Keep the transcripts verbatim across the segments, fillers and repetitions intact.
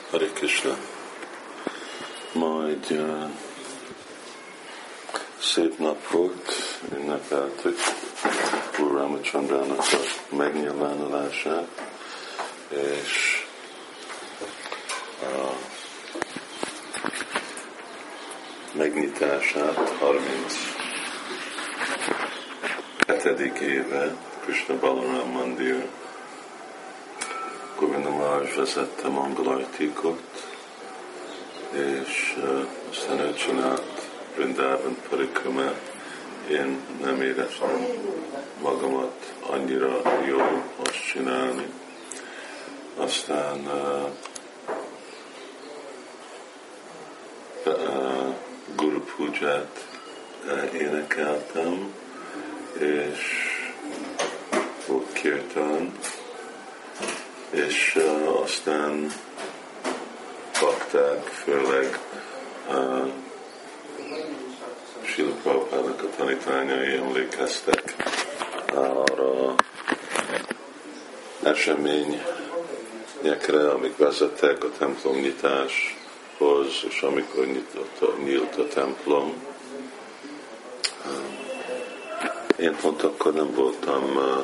Hare Krishna. Ma egy uh, szép nap volt, ünnepeltük Úr Ramachandrának a megnyilvánulását, és a megnyitását harminchetedik éve Krishna Balaram Mandir. Govinda Maharaj vezette mongolajtékot, és uh, aztán ő csinált Vrindavan Parikramát. Én nem éreztem magamat annyira jól azt csinálni. Aztán uh, uh, Guru Puját uh, énekeltem, és volt kirtan, és uh, aztán bakták, főleg uh, Srila Prabhupádnak a tanítványai emlékeztek uh, arra eseményekre, amik vezettek a templomnyitáshoz, és amikor nyitott, nyílt a templom. Uh, én pont akkor nem voltam uh,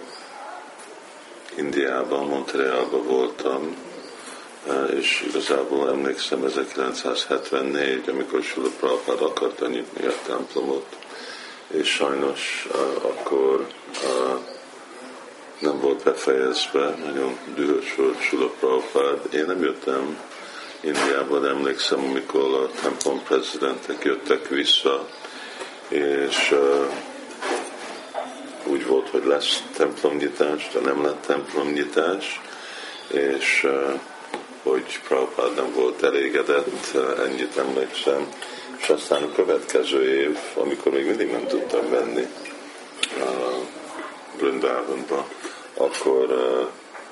Indiában, Montrealban voltam, és igazából emlékszem ezerkilencszázhetvennégy, amikor Srila Prabhupád akarta nyitni a templomot, és sajnos uh, akkor uh, nem volt befejezve, nagyon dühös volt Srila Prabhupád. Én nem jöttem Indiába, de emlékszem, amikor a templom prezidentek jöttek vissza, és uh, úgy volt, hogy lesz templomnyitás, de nem lett templomnyitás, és uh, hogy Prabhupád nem volt elégedett, ennyit emlékszem, és aztán a következő év, amikor még mindig nem tudtam menni uh, Vrindavanba, akkor uh,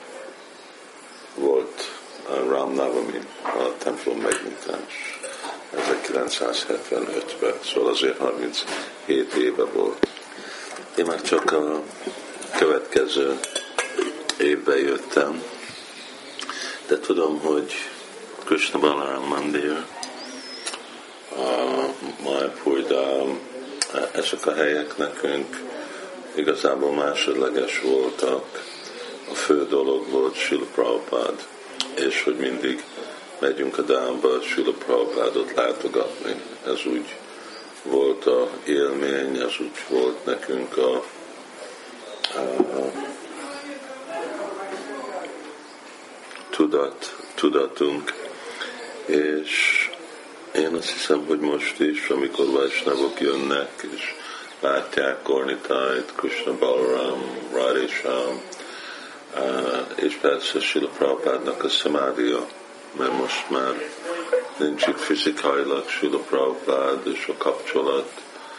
volt uh, Ram Navami, a templom megnyitás ezerkilencszázhetvenötben, szóval azért harminchét éve volt. Én már csak a következő évben jöttem, de tudom, hogy Krishna Balaram Mandir, a Mayapur-dham, ezek a helyek nekünk igazából másodleges voltak. A fő dolog volt Srila Prabhupád, és hogy mindig megyünk a Dhámba Srila Prabhupádot látogatni. Ez úgy volt a élmény, ez úgy volt nekünk a, a, a tudat, tudatunk, és én azt hiszem, hogy most is, amikor Vaisnavok jönnek, és látják Gornitájt, Krishna Balaram, Radhesham, és persze Srila Prabhupádnak a szamádia, mert most már nincs itt fizikailag Srila Prabhupád, és a kapcsolat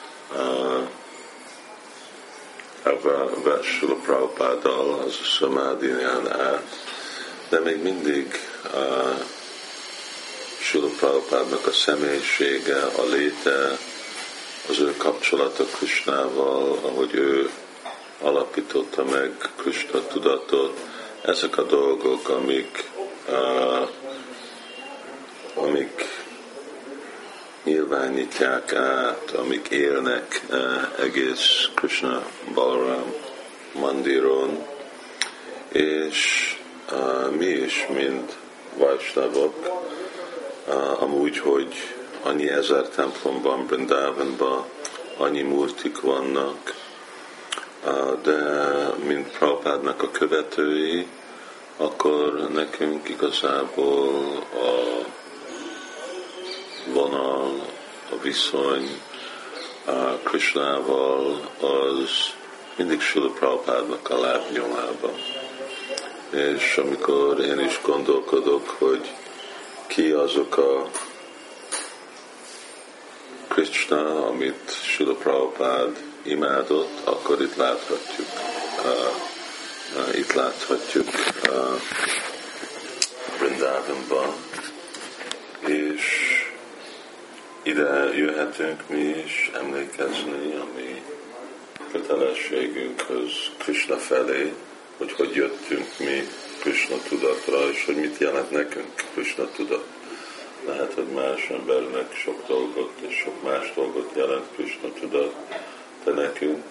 a Srila Prabhupáddal az a szamádián át, de még mindig uh, Srila Prabhupádnak a személyisége, a léte, az ő kapcsolata Krishnával, ahogy ő alapította meg Krishna tudatot, ezek a dolgok, amik, uh, amik nyilvánítják át, amik élnek uh, egész Krishna Balaram Mandiron, és Uh, mi is, mint Vaisnavok, uh, amúgy, hogy annyi ezer templomban, Vrindavanban, annyi murtik vannak, uh, de mint Prabhupádnak a követői, akkor nekünk igazából a vonal, a viszony uh, Krishnával az mindig Srila Prabhupádnak a lábnyomában. És amikor én is gondolkodok, hogy ki azok a Krishna, amit Srila Prabhupád imádott, akkor itt láthatjuk, uh, uh, itt láthatjuk uh, Vrindavanban, és ide jöhetünk mi is emlékezni, ami kötelességünkhöz Krishna felé, hogy hogy jöttünk mi Krishna tudatra, és hogy mit jelent nekünk Krishna tudat. Lehet, hogy más embernek sok dolgot és sok más dolgot jelent Krishna tudat, de nekünk,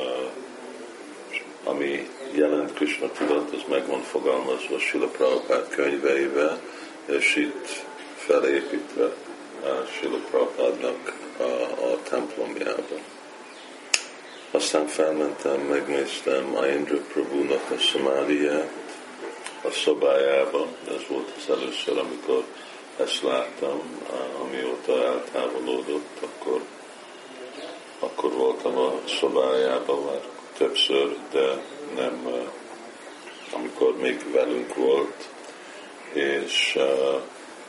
ami jelent Krishna tudat, az meg van fogalmazva Srila Prabhupád könyveivel, és itt felépítve Srila Prabhupádnak a, a templomjában. Aztán felmentem, megnéztem Ayendra Prabhunak a szamádiát a szobájában. Ez volt az először, amikor ezt láttam, amióta eltávolodott, akkor, akkor voltam a szobájában már többször, de nem, amikor még velünk volt, és uh,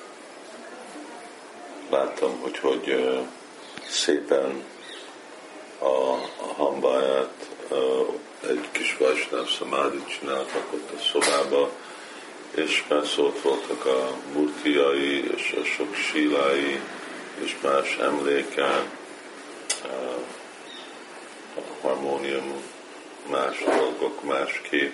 láttam, hogy, hogy uh, szépen a, a hambáját uh, egy kis Vajsnáv szamádit csináltak ott a szobába, és persze ott voltak a murtiai, és a sok sílái, és más emléke, uh, a harmónium, más dolgok, más kép.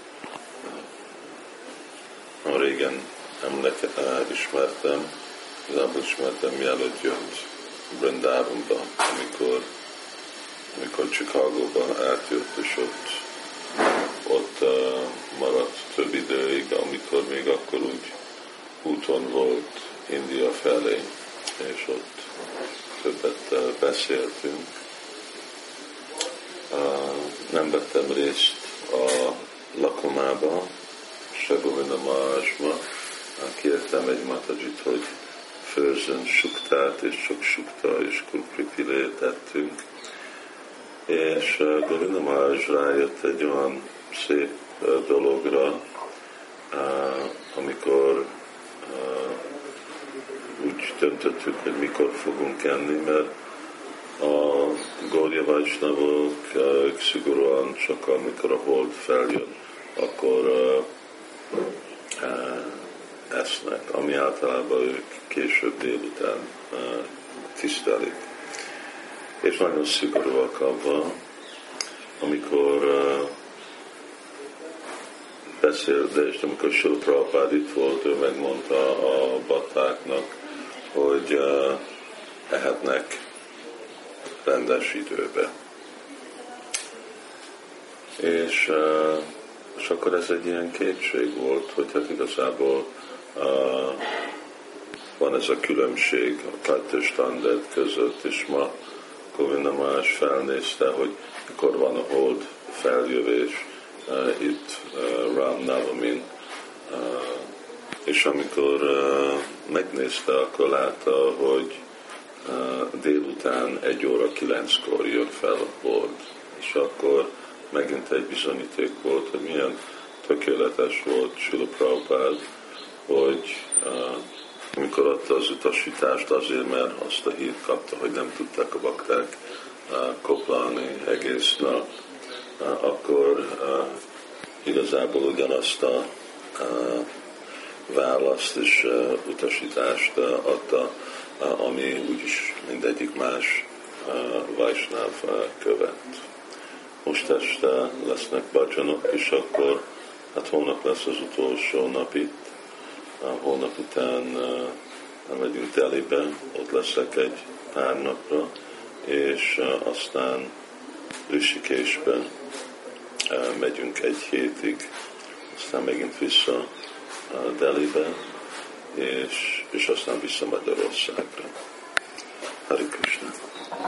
Uh, régen emléket uh, ismertem, igazából ismertem, mielőtt jött Vrindávonba, amikor amikor Chicagóba átjött, és ott, ott uh, maradt több időig, amikor még akkor úgy úton volt India felé, és ott többet uh, beszéltünk. Uh, nem vettem részt a lakomába, se Govinda Maharajba. Kértem egy Matajit, hogy főzzön suktát, és sok sukta és kurkripilét ettünk. És uh, Govinda Maharaj rájött egy olyan szép uh, dologra, uh, amikor uh, úgy döntöttük, hogy mikor fogunk enni, mert a Gaudiya Vajsnavok uh, szigorúan csak amikor a hold feljön, akkor uh, uh, esznek, ami általában ők később délután uh, tisztelik. És nagyon szigorúak abban, amikor uh, beszélt, de és amikor Srila Prabhupád itt volt, ő megmondta a baktáknak, hogy uh, ehetnek rendes időbe. És, uh, és akkor ez egy ilyen kétség volt, hogy hát igazából uh, van ez a különbség a kettő standard között, és ma Govinda Maharaj felnézte, hogy mikor van a hold feljövés uh, itt uh, Ram Navamin, uh, és amikor uh, megnézte, akkor látta, hogy uh, délután egy óra kilenckor jön fel a hold, és akkor megint egy bizonyíték volt, hogy milyen tökéletes volt Srila Prabhupád, hogy uh, amikor adta az utasítást azért, mert azt a hírt kapta, hogy nem tudták a bakták uh, koplalni egész nap, uh, akkor uh, igazából ugyanazt a uh, választ és uh, utasítást uh, adta, uh, ami úgyis mindegyik más uh, Vajsnáv uh, követ. Most este lesznek bhajanok, és akkor hát holnap lesz az utolsó nap itt. Holnap után uh, megyünk Delhibe, ott leszek egy pár napra, és uh, aztán Rishikeshben uh, megyünk egy hétig, aztán megint vissza uh, Delhibe, és, és aztán vissza Magyarországra. Hare Krishna.